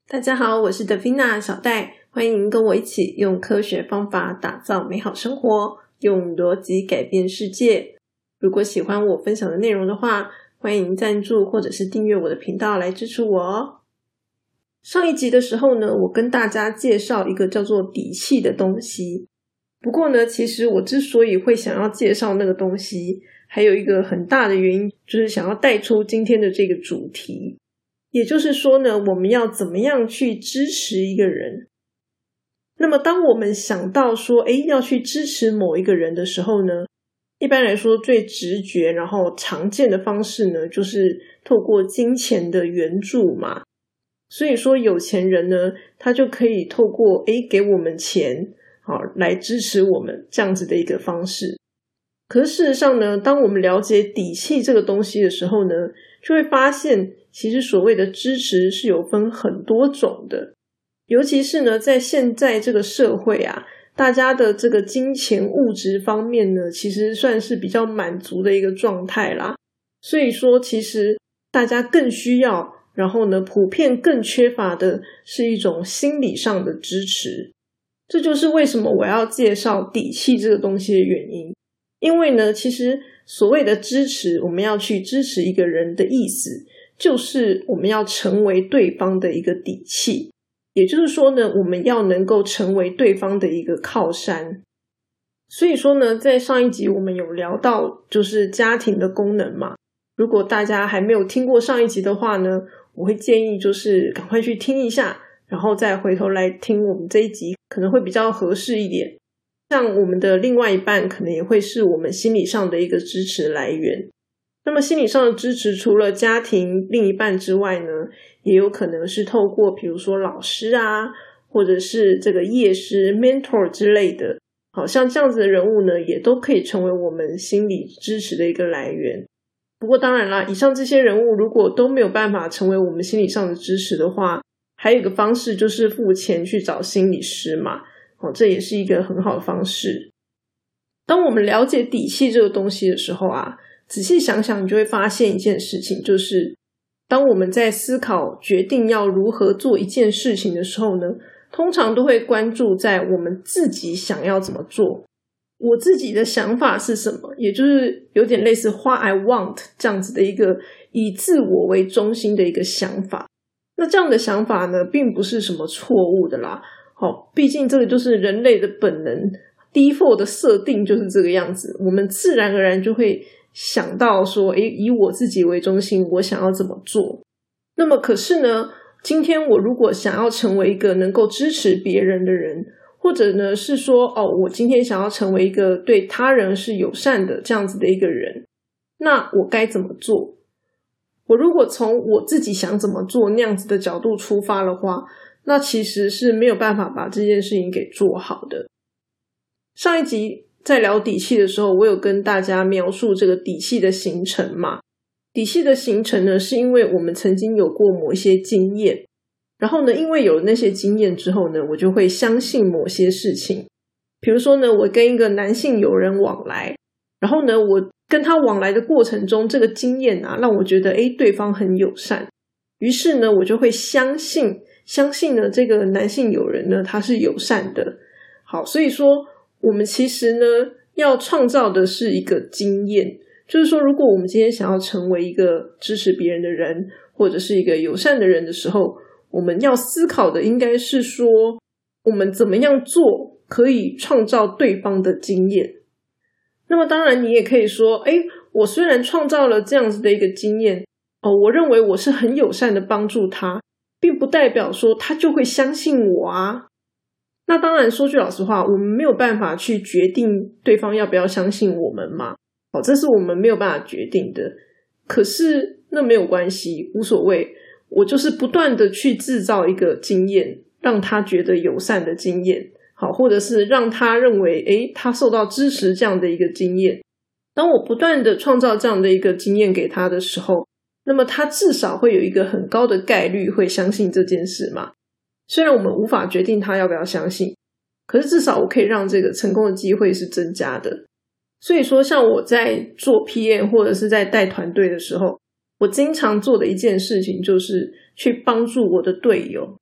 大家好，我是 Davina 小戴，欢迎跟我一起用科学方法打造美好生活，用逻辑改变世界。如果喜欢我分享的内容的话，欢迎赞助或者是订阅我的频道来支持我哦。上一集的时候呢，我跟大家介绍一个叫做底气的东西。不过呢，其实我之所以会想要介绍那个东西，还有一个很大的原因，就是想要带出今天的这个主题。也就是说呢，我们要怎么样去支持一个人？那么当我们想到说要去支持某一个人的时候呢，一般来说最直觉然后常见的方式呢，就是透过金钱的援助嘛。所以说有钱人呢，他就可以透过给我们钱来支持我们这样子的一个方式。可是事实上呢，当我们了解底气这个东西的时候呢，就会发现其实所谓的支持是有分很多种的。尤其是呢，在现在这个社会啊，大家的这个金钱物质方面呢，其实算是比较满足的一个状态啦。所以说其实大家更需要，然后呢普遍更缺乏的是一种心理上的支持。这就是为什么我要介绍底气这个东西的原因。因为呢，其实所谓的支持，我们要去支持一个人的意思，就是我们要成为对方的一个底气。也就是说呢，我们要能够成为对方的一个靠山。所以说呢，在上一集我们有聊到就是家庭的功能嘛。如果大家还没有听过上一集的话呢，我会建议就是赶快去听一下，然后再回头来听我们这一集，可能会比较合适一点。像我们的另外一半可能也会是我们心理上的一个支持来源。那么心理上的支持除了家庭另一半之外呢，也有可能是透过比如说老师啊，或者是这个业师 mentor 之类的。好像这样子的人物呢，也都可以成为我们心理支持的一个来源。不过当然啦，以上这些人物如果都没有办法成为我们心理上的支持的话，还有一个方式就是付钱去找心理师嘛。这也是一个很好的方式。当我们了解底气这个东西的时候啊，仔细想想你就会发现一件事情，就是当我们在思考决定要如何做一件事情的时候呢，通常都会关注在我们自己想要怎么做，我自己的想法是什么，也就是有点类似 what I want 这样子的一个以自我为中心的一个想法。那这样的想法呢，并不是什么错误的啦。毕竟这个就是人类的本能 default 的设定就是这个样子，我们自然而然就会想到说以我自己为中心，我想要怎么做。那么可是呢，今天我如果想要成为一个能够支持别人的人，或者呢是说我今天想要成为一个对他人是友善的这样子的一个人，那我该怎么做？我如果从我自己想怎么做那样子的角度出发的话，那其实是没有办法把这件事情给做好的。上一集在聊底气的时候，我有跟大家描述这个底气的形成嘛。底气的形成呢，是因为我们曾经有过某一些经验，然后呢，因为有了那些经验之后呢，我就会相信某些事情。比如说呢，我跟一个男性友人往来，然后呢，我跟他往来的过程中，这个经验啊，让我觉得对方很友善，于是呢，我就会相信呢这个男性友人呢他是友善的。好，所以说我们其实呢要创造的是一个经验，就是说如果我们今天想要成为一个支持别人的人，或者是一个友善的人的时候，我们要思考的应该是说我们怎么样做可以创造对方的经验。那么当然你也可以说我虽然创造了这样子的一个经验我认为我是很友善的帮助他，并不代表说他就会相信我啊。那当然说句老实话，我们没有办法去决定对方要不要相信我们嘛。这是我们没有办法决定的。可是那没有关系，无所谓，我就是不断的去制造一个经验，让他觉得友善的经验，或者是让他认为他受到支持这样的一个经验。当我不断的创造这样的一个经验给他的时候，那么他至少会有一个很高的概率会相信这件事嘛。虽然我们无法决定他要不要相信，可是至少我可以让这个成功的机会是增加的。所以说像我在做 PM 或者是在带团队的时候，我经常做的一件事情就是去帮助我的队友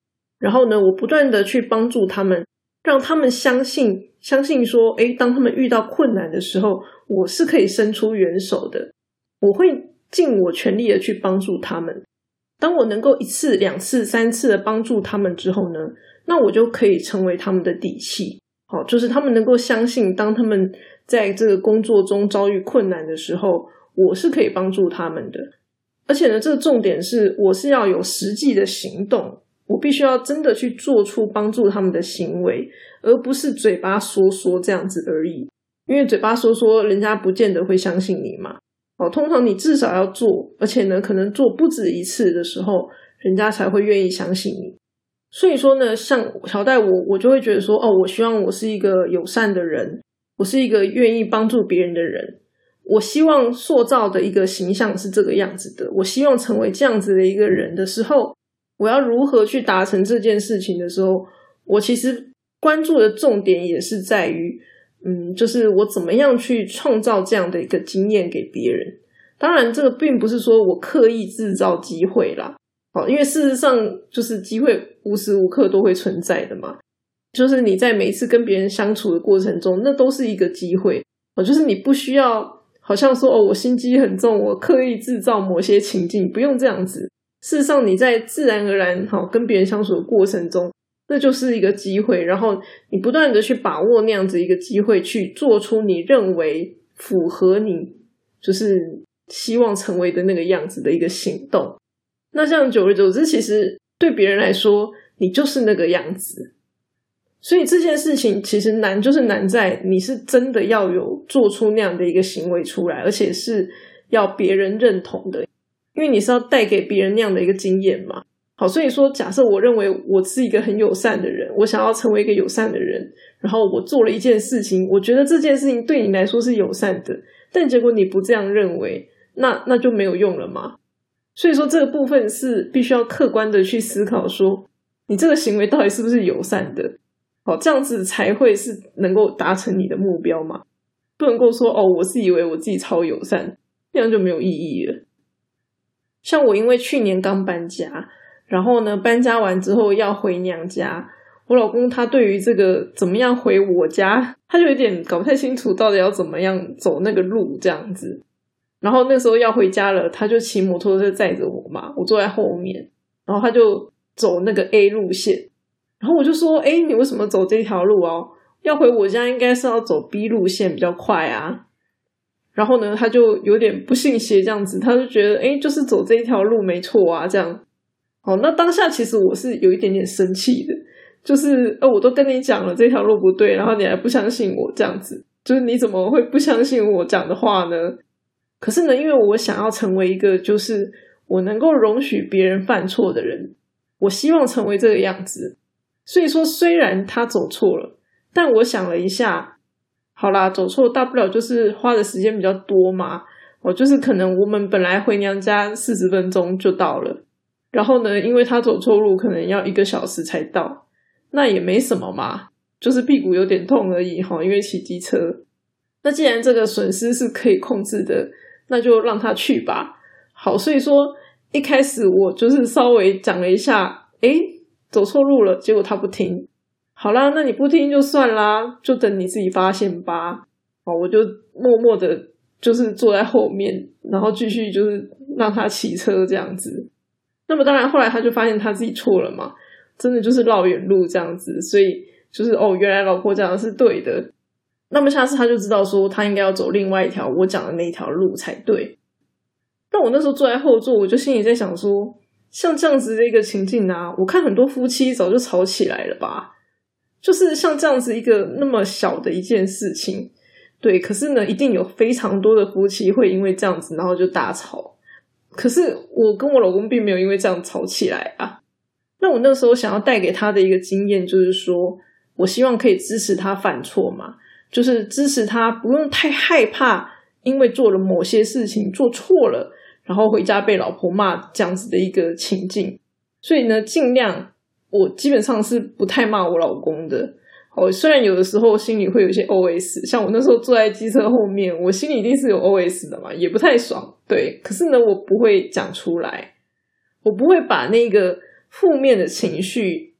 然后呢，我不断的去帮助他们，让他们相信说，当他们遇到困难的时候，我是可以伸出援手的，我会尽我全力的去帮助他们。当我能够1次、2次、3次的帮助他们之后呢，那我就可以成为他们的底气。就是他们能够相信，当他们在这个工作中遭遇困难的时候，我是可以帮助他们的。而且呢，这个重点是我是要有实际的行动，我必须要真的去做出帮助他们的行为，而不是嘴巴说说这样子而已。因为嘴巴说说，人家不见得会相信你嘛。通常你至少要做，而且呢，可能做不止1次的时候，人家才会愿意相信你。所以说呢，像小戴我就会觉得说，我希望我是一个友善的人，我是一个愿意帮助别人的人。我希望塑造的一个形象是这个样子的，我希望成为这样子的一个人的时候，我要如何去达成这件事情的时候，我其实关注的重点也是在于就是我怎么样去创造这样的一个经验给别人。当然这个并不是说我刻意制造机会啦，因为事实上就是机会无时无刻都会存在的嘛，就是你在每一次跟别人相处的过程中，那都是一个机会，就是你不需要好像说我心机很重，我刻意制造某些情境，不用这样子。事实上你在自然而然跟别人相处的过程中，那就是一个机会，然后你不断的去把握那样子一个机会，去做出你认为符合你就是希望成为的那个样子的一个行动。那这样久而久之，其实对别人来说你就是那个样子。所以这件事情其实难就是难在你是真的要有做出那样的一个行为出来，而且是要别人认同的，因为你是要带给别人那样的一个经验嘛。好，所以说假设我认为我是一个很友善的人，我想要成为一个友善的人，然后我做了一件事情，我觉得这件事情对你来说是友善的，但结果你不这样认为，那就没有用了嘛。所以说这个部分是必须要客观的去思考说，你这个行为到底是不是友善的，好，这样子才会是能够达成你的目标嘛。不能够说我是以为我自己超友善，那样就没有意义了。像我因为去年刚搬家，然后呢搬家完之后要回娘家，我老公他对于这个怎么样回我家，他就有点搞不太清楚到底要怎么样走那个路这样子。然后那时候要回家了，他就骑摩托车载着我嘛，我坐在后面，然后他就走那个 A 路线，然后我就说你为什么走这条路哦？要回我家应该是要走 B 路线比较快啊。然后呢他就有点不信邪这样子，他就觉得就是走这一条路没错啊这样。好，那当下其实我是有一点点生气的，就是我都跟你讲了这条路不对，然后你还不相信我这样子，就是你怎么会不相信我讲的话呢？可是呢因为我想要成为一个就是我能够容许别人犯错的人，我希望成为这个样子。所以说虽然他走错了，但我想了一下，好啦，走错大不了就是花的时间比较多嘛，就是可能我们本来回娘家40分钟就到了，然后呢因为他走错路可能要1个小时才到，那也没什么嘛，就是屁股有点痛而已因为骑机车。那既然这个损失是可以控制的，那就让他去吧。好，所以说一开始我就是稍微讲了一下走错路了，结果他不听。好啦，那你不听就算啦，就等你自己发现吧。我就默默的就是坐在后面，然后继续就是让他骑车这样子。那么当然后来他就发现他自己错了嘛，真的就是绕远路这样子，所以就是原来老婆讲的是对的。那么下次他就知道说他应该要走另外一条我讲的那一条路才对。那我那时候坐在后座，我就心里在想说，像这样子的一个情境啊，我看很多夫妻早就吵起来了吧，就是像这样子一个那么小的一件事情，对，可是呢一定有非常多的夫妻会因为这样子然后就大吵。可是我跟我老公并没有因为这样吵起来啊。那我那时候想要带给他的一个经验就是说，我希望可以支持他犯错嘛，就是支持他不用太害怕因为做了某些事情做错了然后回家被老婆骂这样子的一个情境。所以呢尽量我基本上是不太骂我老公的。虽然有的时候心里会有一些 OS， 像我那时候坐在机车后面，我心里一定是有 OS 的嘛，也不太爽，对，可是呢我不会讲出来，我不会把那个负面的情绪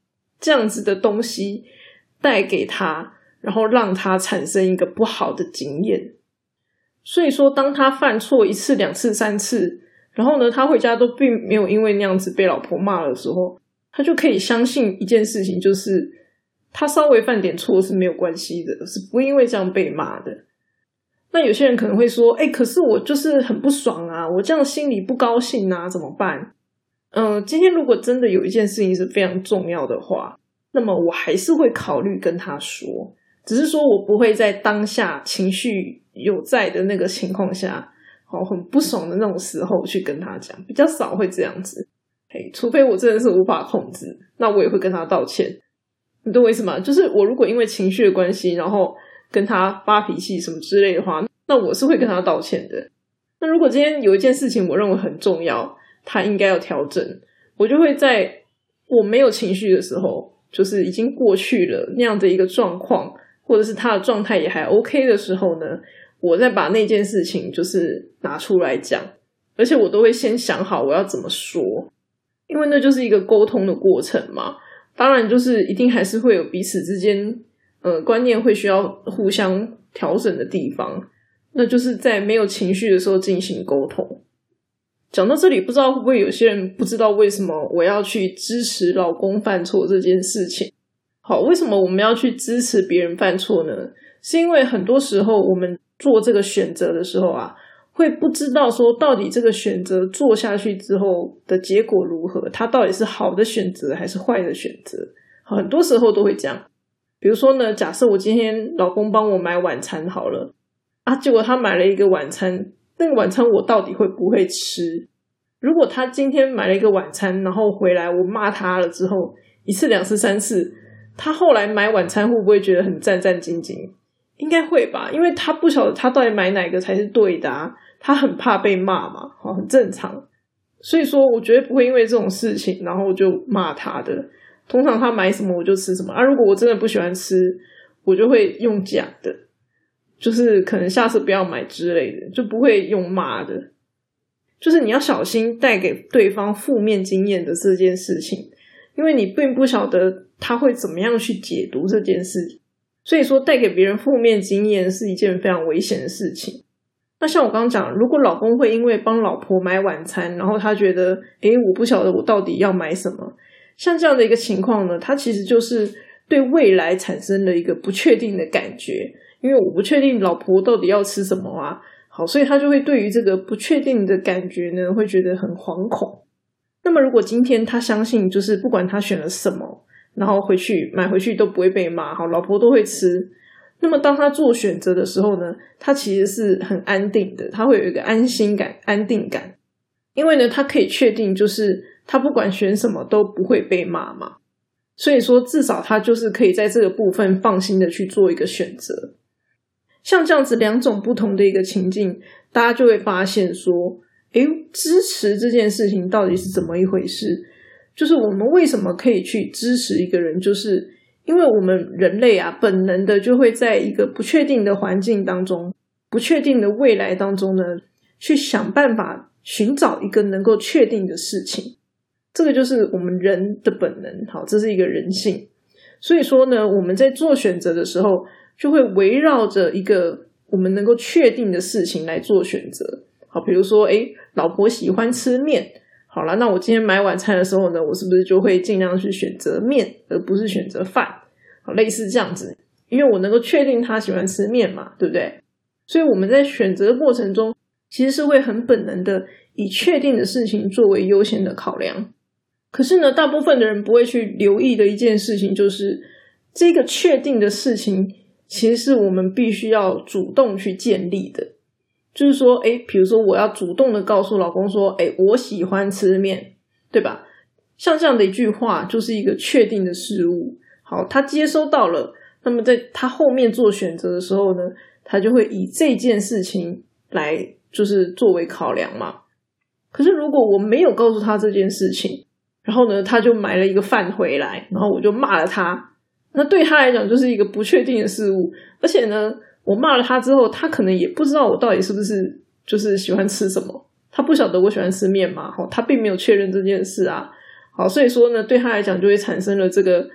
这样子的东西带给他，然后让他产生一个不好的经验。所以说当他犯错1次2次3次，然后呢他回家都并没有因为那样子被老婆骂了的时候，他就可以相信一件事情，就是他稍微犯点错是没有关系的，是不会因为这样被骂的。那有些人可能会说可是我就是很不爽啊，我这样心里不高兴啊，怎么办？今天如果真的有一件事情是非常重要的话，那么我还是会考虑跟他说，只是说我不会在当下情绪有在的那个情况下很不爽的那种时候去跟他讲，比较少会这样子。除非我真的是无法控制，那我也会跟他道歉。你懂我意思吗？就是我如果因为情绪的关系然后跟他发脾气什么之类的话，那我是会跟他道歉的。那如果今天有一件事情我认为很重要，他应该要调整，我就会在我没有情绪的时候，就是已经过去了那样的一个状况，或者是他的状态也还 OK 的时候呢，我再把那件事情就是拿出来讲，而且我都会先想好我要怎么说，因为那就是一个沟通的过程嘛。当然就是一定还是会有彼此之间观念会需要互相调整的地方，那就是在没有情绪的时候进行沟通。讲到这里，不知道会不会有些人不知道为什么我要去支持老公犯错这件事情。好，为什么我们要去支持别人犯错呢？是因为很多时候我们做这个选择的时候啊，会不知道说到底这个选择做下去之后的结果如何，它到底是好的选择还是坏的选择。很多时候都会这样。比如说呢，假设我今天老公帮我买晚餐好了结果他买了一个晚餐，那个晚餐我到底会不会吃？如果他今天买了一个晚餐，然后回来我骂他了之后1次2次3次，他后来买晚餐会不会觉得很战战兢兢？应该会吧，因为他不晓得他到底买哪个才是对的他很怕被骂嘛，很正常。所以说我绝对不会因为这种事情然后就骂他的。通常他买什么我就吃什么如果我真的不喜欢吃，我就会用讲的，就是可能下次不要买之类的，就不会用骂的。就是你要小心带给对方负面经验的这件事情，因为你并不晓得他会怎么样去解读这件事情，所以说带给别人负面经验是一件非常危险的事情。那像我刚刚讲，如果老公会因为帮老婆买晚餐，然后他觉得我不晓得我到底要买什么，像这样的一个情况呢，他其实就是对未来产生了一个不确定的感觉，因为我不确定老婆到底要吃什么好，所以他就会对于这个不确定的感觉呢，会觉得很惶恐。那么如果今天他相信就是不管他选了什么，然后买回去都不会被骂，好，老婆都会吃，那么当他做选择的时候呢，他其实是很安定的，他会有一个安心感、安定感。因为呢他可以确定就是他不管选什么都不会被骂嘛，所以说至少他就是可以在这个部分放心的去做一个选择。像这样子2种不同的一个情境，大家就会发现说支持这件事情到底是怎么一回事。就是我们为什么可以去支持一个人，就是因为我们人类本能的就会在一个不确定的环境当中，不确定的未来当中呢，去想办法寻找一个能够确定的事情。这个就是我们人的本能，好，这是一个人性。所以说呢，我们在做选择的时候就会围绕着一个我们能够确定的事情来做选择。好，比如说老婆喜欢吃面，好了，那我今天买晚餐的时候呢，我是不是就会尽量去选择面而不是选择饭？好，类似这样子，因为我能够确定他喜欢吃面嘛，对不对？所以我们在选择的过程中其实是会很本能的以确定的事情作为优先的考量。可是呢，大部分的人不会去留意的一件事情，就是这个确定的事情其实是我们必须要主动去建立的。就是说比如说我要主动的告诉老公说我喜欢吃面，对吧？像这样的一句话就是一个确定的事物。好，他接收到了，那么在他后面做选择的时候呢，他就会以这件事情来就是作为考量嘛。可是如果我没有告诉他这件事情，然后呢他就买了一个饭回来，然后我就骂了他，那对他来讲就是一个不确定的事物。而且呢我骂了他之后，他可能也不知道我到底是不是就是喜欢吃什么，他不晓得我喜欢吃面嘛，他并没有确认这件事好，所以说呢对他来讲就会产生了这个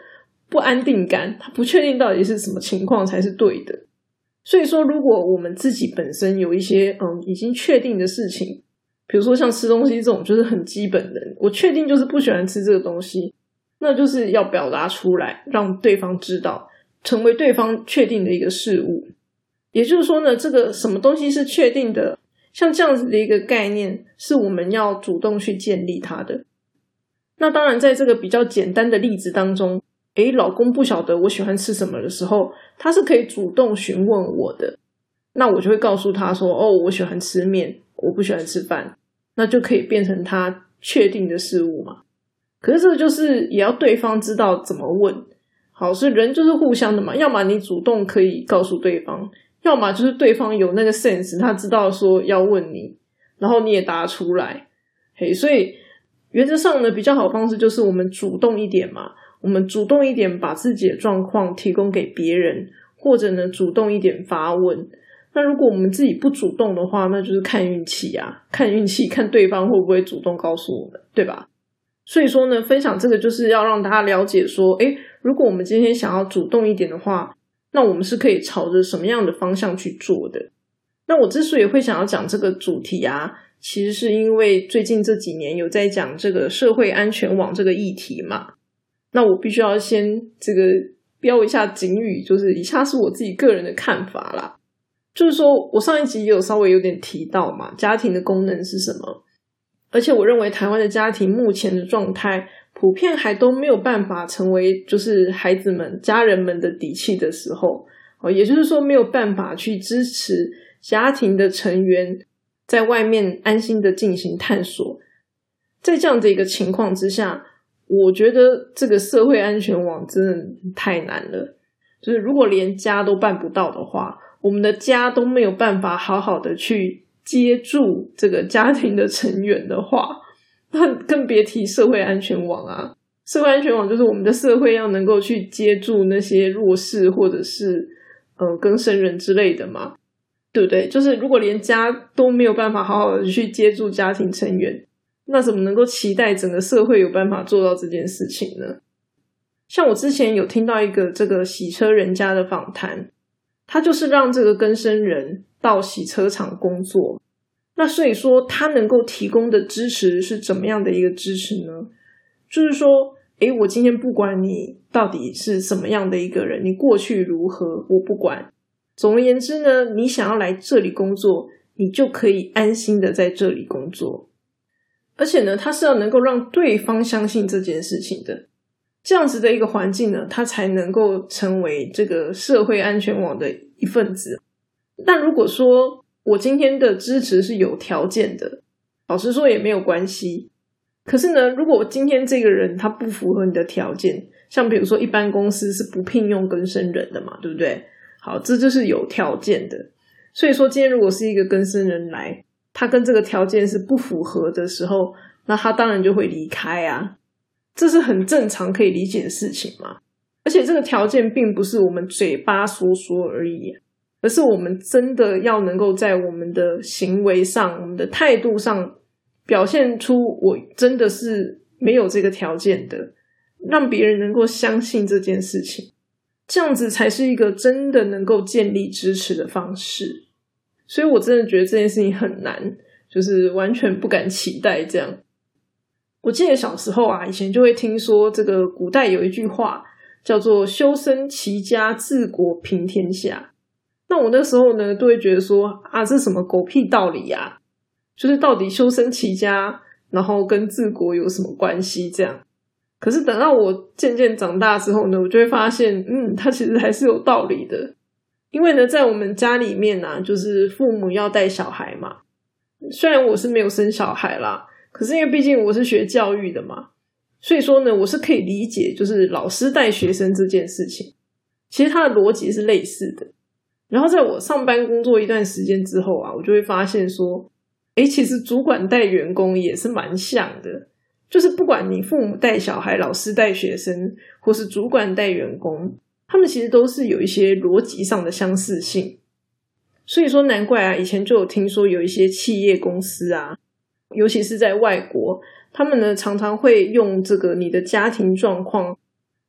不安定感，他不确定到底是什么情况才是对的。所以说如果我们自己本身有一些已经确定的事情，比如说像吃东西这种就是很基本的，我确定就是不喜欢吃这个东西，那就是要表达出来，让对方知道，成为对方确定的一个事物。也就是说呢，这个什么东西是确定的，像这样子的一个概念是我们要主动去建立它的。那当然在这个比较简单的例子当中，老公不晓得我喜欢吃什么的时候，他是可以主动询问我的，那我就会告诉他说我喜欢吃面，我不喜欢吃饭，那就可以变成他确定的事物嘛。可是这个就是也要对方知道怎么问。好，所以人就是互相的嘛，要么你主动可以告诉对方，要么就是对方有那个 sense， 他知道说要问你，然后你也答出来。所以原则上呢，比较好的方式就是我们主动一点嘛，我们主动一点把自己的状况提供给别人，或者呢主动一点发问。那如果我们自己不主动的话，那就是看运气啊，看运气，看对方会不会主动告诉我们，对吧？所以说呢，分享这个就是要让大家了解说，如果我们今天想要主动一点的话，那我们是可以朝着什么样的方向去做的。那我之所以会想要讲这个主题啊，其实是因为最近这几年有在讲这个社会安全网这个议题嘛。那我必须要先这个标一下警语，就是以下是我自己个人的看法啦。就是说我上一集也有稍微有点提到嘛，家庭的功能是什么，而且我认为台湾的家庭目前的状态普遍还都没有办法成为就是孩子们家人们的底气的时候，也就是说没有办法去支持家庭的成员在外面安心的进行探索。在这样的一个情况之下，我觉得这个社会安全网真的太难了。就是如果连家都办不到的话，我们的家都没有办法好好的去接住这个家庭的成员的话，那更别提社会安全网啊。社会安全网就是我们的社会要能够去接住那些弱势或者是更生人之类的嘛，对不对？就是如果连家都没有办法好好的去接住家庭成员，那怎么能够期待整个社会有办法做到这件事情呢？像我之前有听到一个这个洗车人家的访谈，他就是让这个更生人到洗车场工作，那所以说他能够提供的支持是怎么样的一个支持呢？就是说我今天不管你到底是什么样的一个人，你过去如何我不管，总而言之呢，你想要来这里工作，你就可以安心的在这里工作。而且呢，他是要能够让对方相信这件事情的，这样子的一个环境呢，他才能够成为这个社会安全网的一份子。但如果说我今天的支持是有条件的，老实说也没有关系。可是呢，如果今天这个人他不符合你的条件，像比如说一般公司是不聘用更生人的嘛，对不对？好，这就是有条件的。所以说今天如果是一个更生人来，他跟这个条件是不符合的时候，那他当然就会离开啊，这是很正常可以理解的事情嘛。而且这个条件并不是我们嘴巴说说而已，而是我们真的要能够在我们的行为上，我们的态度上表现出我真的是没有这个条件的，让别人能够相信这件事情，这样子才是一个真的能够建立支持的方式。所以我真的觉得这件事情很难，就是完全不敢期待这样。我记得小时候啊，以前就会听说这个古代有一句话叫做修身齐家治国平天下。那我那时候呢都会觉得说啊，这什么狗屁道理啊，就是到底修身齐家然后跟治国有什么关系这样。可是等到我渐渐长大之后呢，我就会发现它其实还是有道理的。因为呢在我们家里面啊，就是父母要带小孩嘛，虽然我是没有生小孩啦，可是因为毕竟我是学教育的嘛，所以说呢我是可以理解就是老师带学生这件事情，其实它的逻辑是类似的。然后在我上班工作一段时间之后啊，我就会发现说其实主管带员工也是蛮像的，就是不管你父母带小孩，老师带学生，或是主管带员工，他们其实都是有一些逻辑上的相似性。所以说难怪啊，以前就有听说有一些企业公司啊，尤其是在外国，他们呢常常会用这个你的家庭状况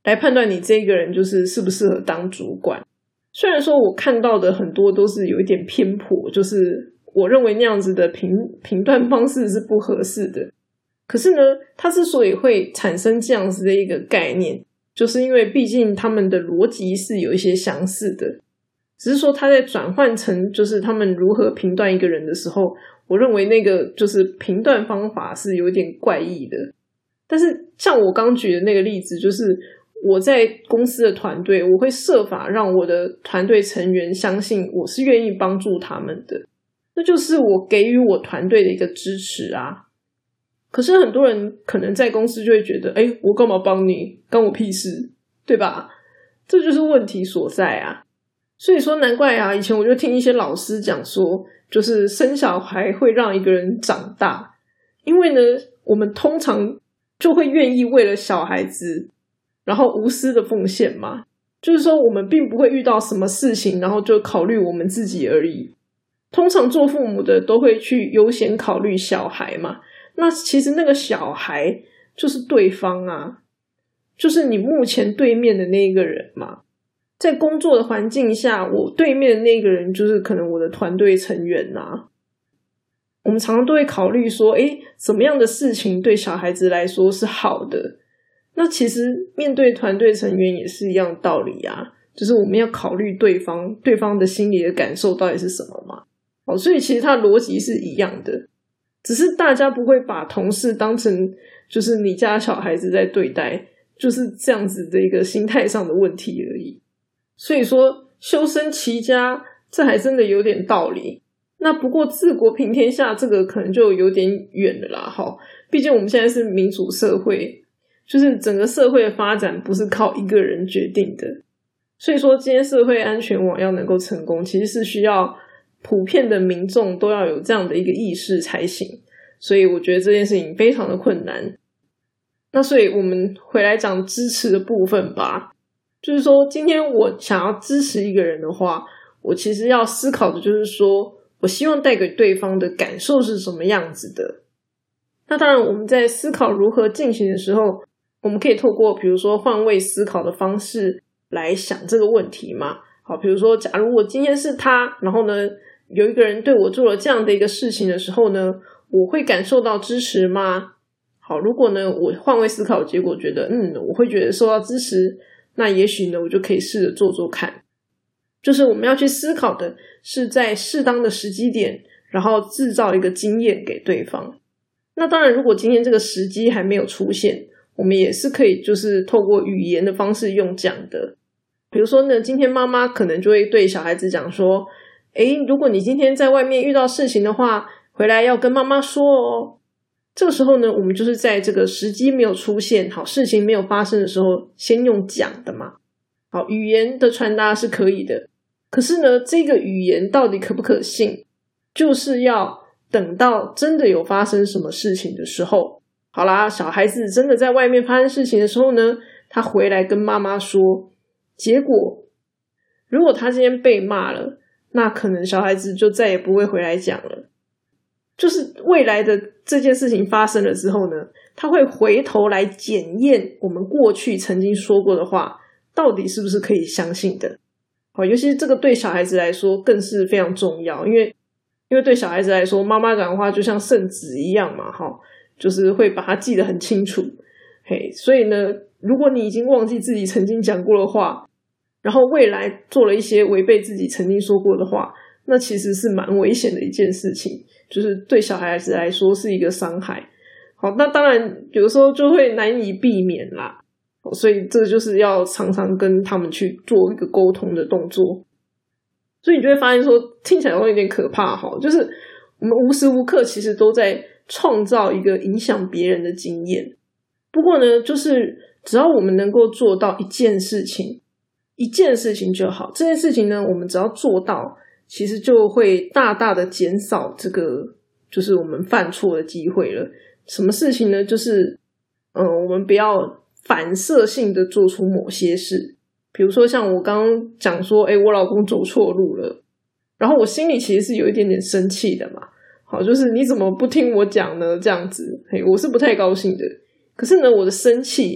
来判断你这个人就是适不适合当主管。虽然说我看到的很多都是有一点偏颇，就是我认为那样子的评断方式是不合适的，可是呢它之所以会产生这样子的一个概念，就是因为毕竟他们的逻辑是有一些相似的，只是说他在转换成就是他们如何评断一个人的时候，我认为那个就是评断方法是有点怪异的。但是像我刚举的那个例子，就是我在公司的团队，我会设法让我的团队成员相信我是愿意帮助他们的，那就是我给予我团队的一个支持啊。可是很多人可能在公司就会觉得，我干嘛帮你，干我屁事，对吧？这就是问题所在啊。所以说难怪啊，以前我就听一些老师讲说，就是生小孩会让一个人长大，因为呢我们通常就会愿意为了小孩子然后无私的奉献嘛，就是说我们并不会遇到什么事情然后就考虑我们自己而已，通常做父母的都会去优先考虑小孩嘛。那其实那个小孩就是对方啊，就是你目前对面的那一个人嘛。在工作的环境下，我对面的那个人就是可能我的团队成员啊。我们常常都会考虑说，什么样的事情对小孩子来说是好的。那其实面对团队成员也是一样的道理啊，就是我们要考虑对方的心理的感受到底是什么嘛。所以其实它的逻辑是一样的，只是大家不会把同事当成就是你家小孩子在对待，就是这样子的一个心态上的问题而已。所以说修身齐家这还真的有点道理。那不过治国平天下这个可能就有点远了啦，毕竟我们现在是民主社会，就是整个社会的发展不是靠一个人决定的。所以说今天社会安全网要能够成功，其实是需要普遍的民众都要有这样的一个意识才行，所以我觉得这件事情非常的困难。那所以我们回来讲支持的部分吧，就是说今天我想要支持一个人的话，我其实要思考的就是说我希望带给对方的感受是什么样子的。那当然我们在思考如何进行的时候，我们可以透过比如说换位思考的方式来想这个问题嘛。好，比如说假如我今天是他，然后呢有一个人对我做了这样的一个事情的时候呢，我会感受到支持吗？好，如果呢我换位思考结果觉得我会觉得受到支持，那也许呢我就可以试着做做看。就是我们要去思考的是在适当的时机点，然后制造一个经验给对方。那当然如果今天这个时机还没有出现，我们也是可以就是透过语言的方式用讲的。比如说呢，今天妈妈可能就会对小孩子讲说，如果你今天在外面遇到事情的话，回来要跟妈妈说哦。这个时候呢，我们就是在这个时机没有出现，好，事情没有发生的时候先用讲的嘛。好，语言的传达是可以的，可是呢这个语言到底可不可信，就是要等到真的有发生什么事情的时候。好啦，小孩子真的在外面发生事情的时候呢，他回来跟妈妈说，结果如果他今天被骂了，那可能小孩子就再也不会回来讲了。就是未来的这件事情发生了之后呢，他会回头来检验我们过去曾经说过的话到底是不是可以相信的。好，尤其是这个对小孩子来说更是非常重要，因为对小孩子来说，妈妈讲的话就像圣旨一样嘛，就是会把它记得很清楚。所以呢，如果你已经忘记自己曾经讲过的话，然后未来做了一些违背自己曾经说过的话，那其实是蛮危险的一件事情，就是对小孩子来说是一个伤害。好，那当然有时候就会难以避免啦，所以这就是要常常跟他们去做一个沟通的动作。所以你就会发现说，听起来会有点可怕，就是我们无时无刻其实都在创造一个影响别人的经验。不过呢，就是只要我们能够做到一件事情就好，这件事情呢我们只要做到，其实就会大大的减少这个就是我们犯错的机会了。什么事情呢？就是我们不要反射性的做出某些事。比如说像我刚刚讲说我老公走错路了，然后我心里其实是有一点点生气的嘛。好，就是你怎么不听我讲呢？这样子我是不太高兴的。可是呢我的生气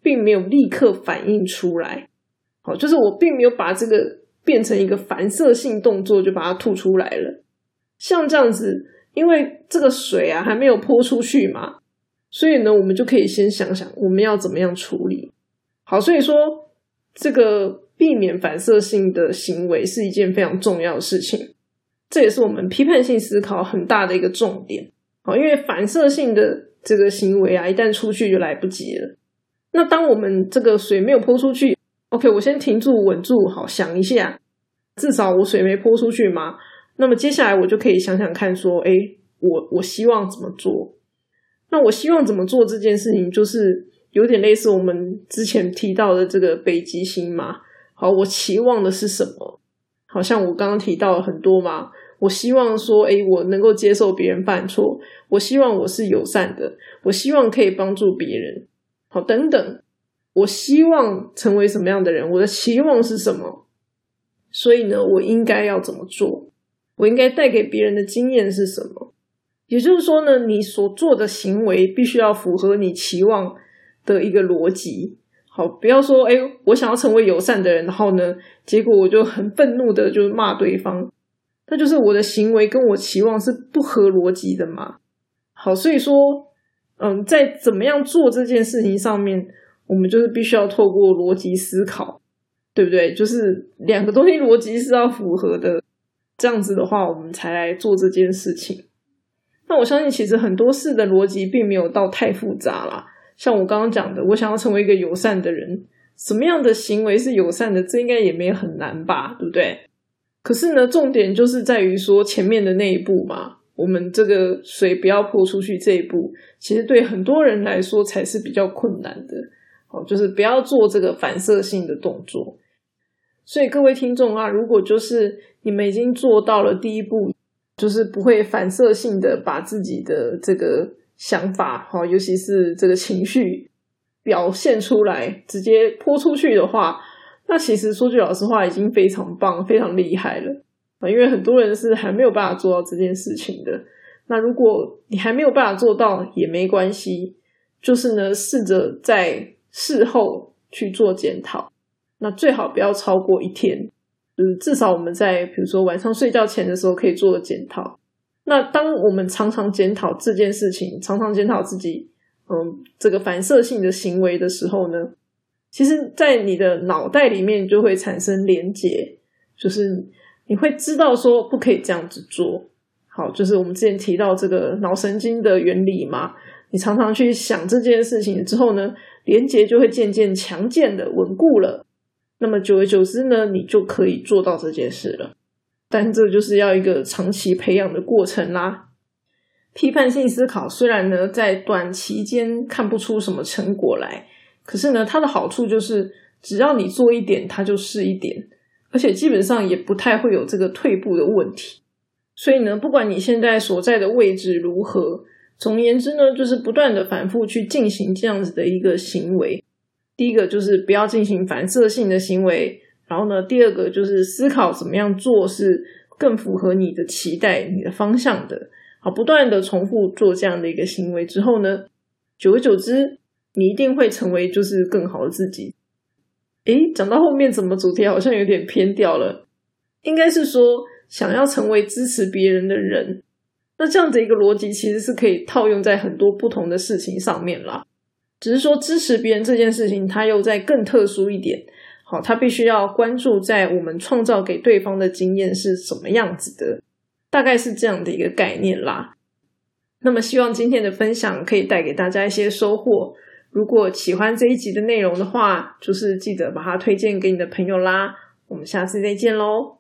并没有立刻反应出来。好，就是我并没有把这个变成一个反射性动作就把它吐出来了。像这样子，因为这个水啊还没有泼出去嘛，所以呢我们就可以先想想我们要怎么样处理。好，所以说这个避免反射性的行为是一件非常重要的事情，这也是我们批判性思考很大的一个重点。好，因为反射性的这个行为啊，一旦出去就来不及了。那当我们这个水没有泼出去 OK， 我先停住稳住，好，想一下至少我水没泼出去嘛，那么接下来我就可以想想看说我希望怎么做。那我希望怎么做这件事情就是有点类似我们之前提到的这个北极星嘛。好，我期望的是什么？好像我刚刚提到了很多嘛，我希望说我能够接受别人犯错，我希望我是友善的，我希望可以帮助别人，好，等等，我希望成为什么样的人，我的期望是什么，所以呢我应该要怎么做，我应该带给别人的经验是什么。也就是说呢，你所做的行为必须要符合你期望的一个逻辑。好，不要说我想要成为友善的人，然后呢结果我就很愤怒的就骂对方，那就是我的行为跟我期望是不合逻辑的嘛。好，所以说在怎么样做这件事情上面，我们就是必须要透过逻辑思考，对不对？就是两个东西逻辑是要符合的，这样子的话我们才来做这件事情。那我相信其实很多事的逻辑并没有到太复杂啦，像我刚刚讲的，我想要成为一个友善的人，什么样的行为是友善的，这应该也没很难吧，对不对？可是呢重点就是在于说前面的那一步嘛，我们这个水不要泼出去这一步，其实对很多人来说才是比较困难的。好，就是不要做这个反射性的动作。所以各位听众啊，如果就是你们已经做到了第一步，就是不会反射性的把自己的这个想法尤其是这个情绪表现出来，直接泼出去的话，那其实说句老实话已经非常棒非常厉害了。因为很多人是还没有办法做到这件事情的。那如果你还没有办法做到也没关系，就是呢试着在事后去做检讨，那最好不要超过一天，至少我们在比如说晚上睡觉前的时候可以做个检讨。那当我们常常检讨这件事情，常常检讨自己这个反射性的行为的时候呢，其实在你的脑袋里面就会产生连结，就是你会知道说不可以这样子做。好，就是我们之前提到这个脑神经的原理嘛，你常常去想这件事情之后呢，连结就会渐渐强健的稳固了，那么久而久之呢，你就可以做到这件事了。但这就是要一个长期培养的过程啦。批判性思考虽然呢在短期间看不出什么成果来，可是呢它的好处就是只要你做一点它就是一点，而且基本上也不太会有这个退步的问题。所以呢不管你现在所在的位置如何，总而言之呢就是不断的反复去进行这样子的一个行为。第一个就是不要进行反射性的行为，然后呢第二个就是思考怎么样做是更符合你的期待你的方向的。好，不断的重复做这样的一个行为之后呢，久而久之你一定会成为就是更好的自己。讲到后面怎么主题好像有点偏掉了，应该是说想要成为支持别人的人。那这样的一个逻辑其实是可以套用在很多不同的事情上面啦，只是说支持别人这件事情它又再更特殊一点。好，它必须要关注在我们创造给对方的经验是什么样子的，大概是这样的一个概念啦。那么希望今天的分享可以带给大家一些收获，如果喜欢这一集的内容的话，就是记得把它推荐给你的朋友啦。我们下次再见咯。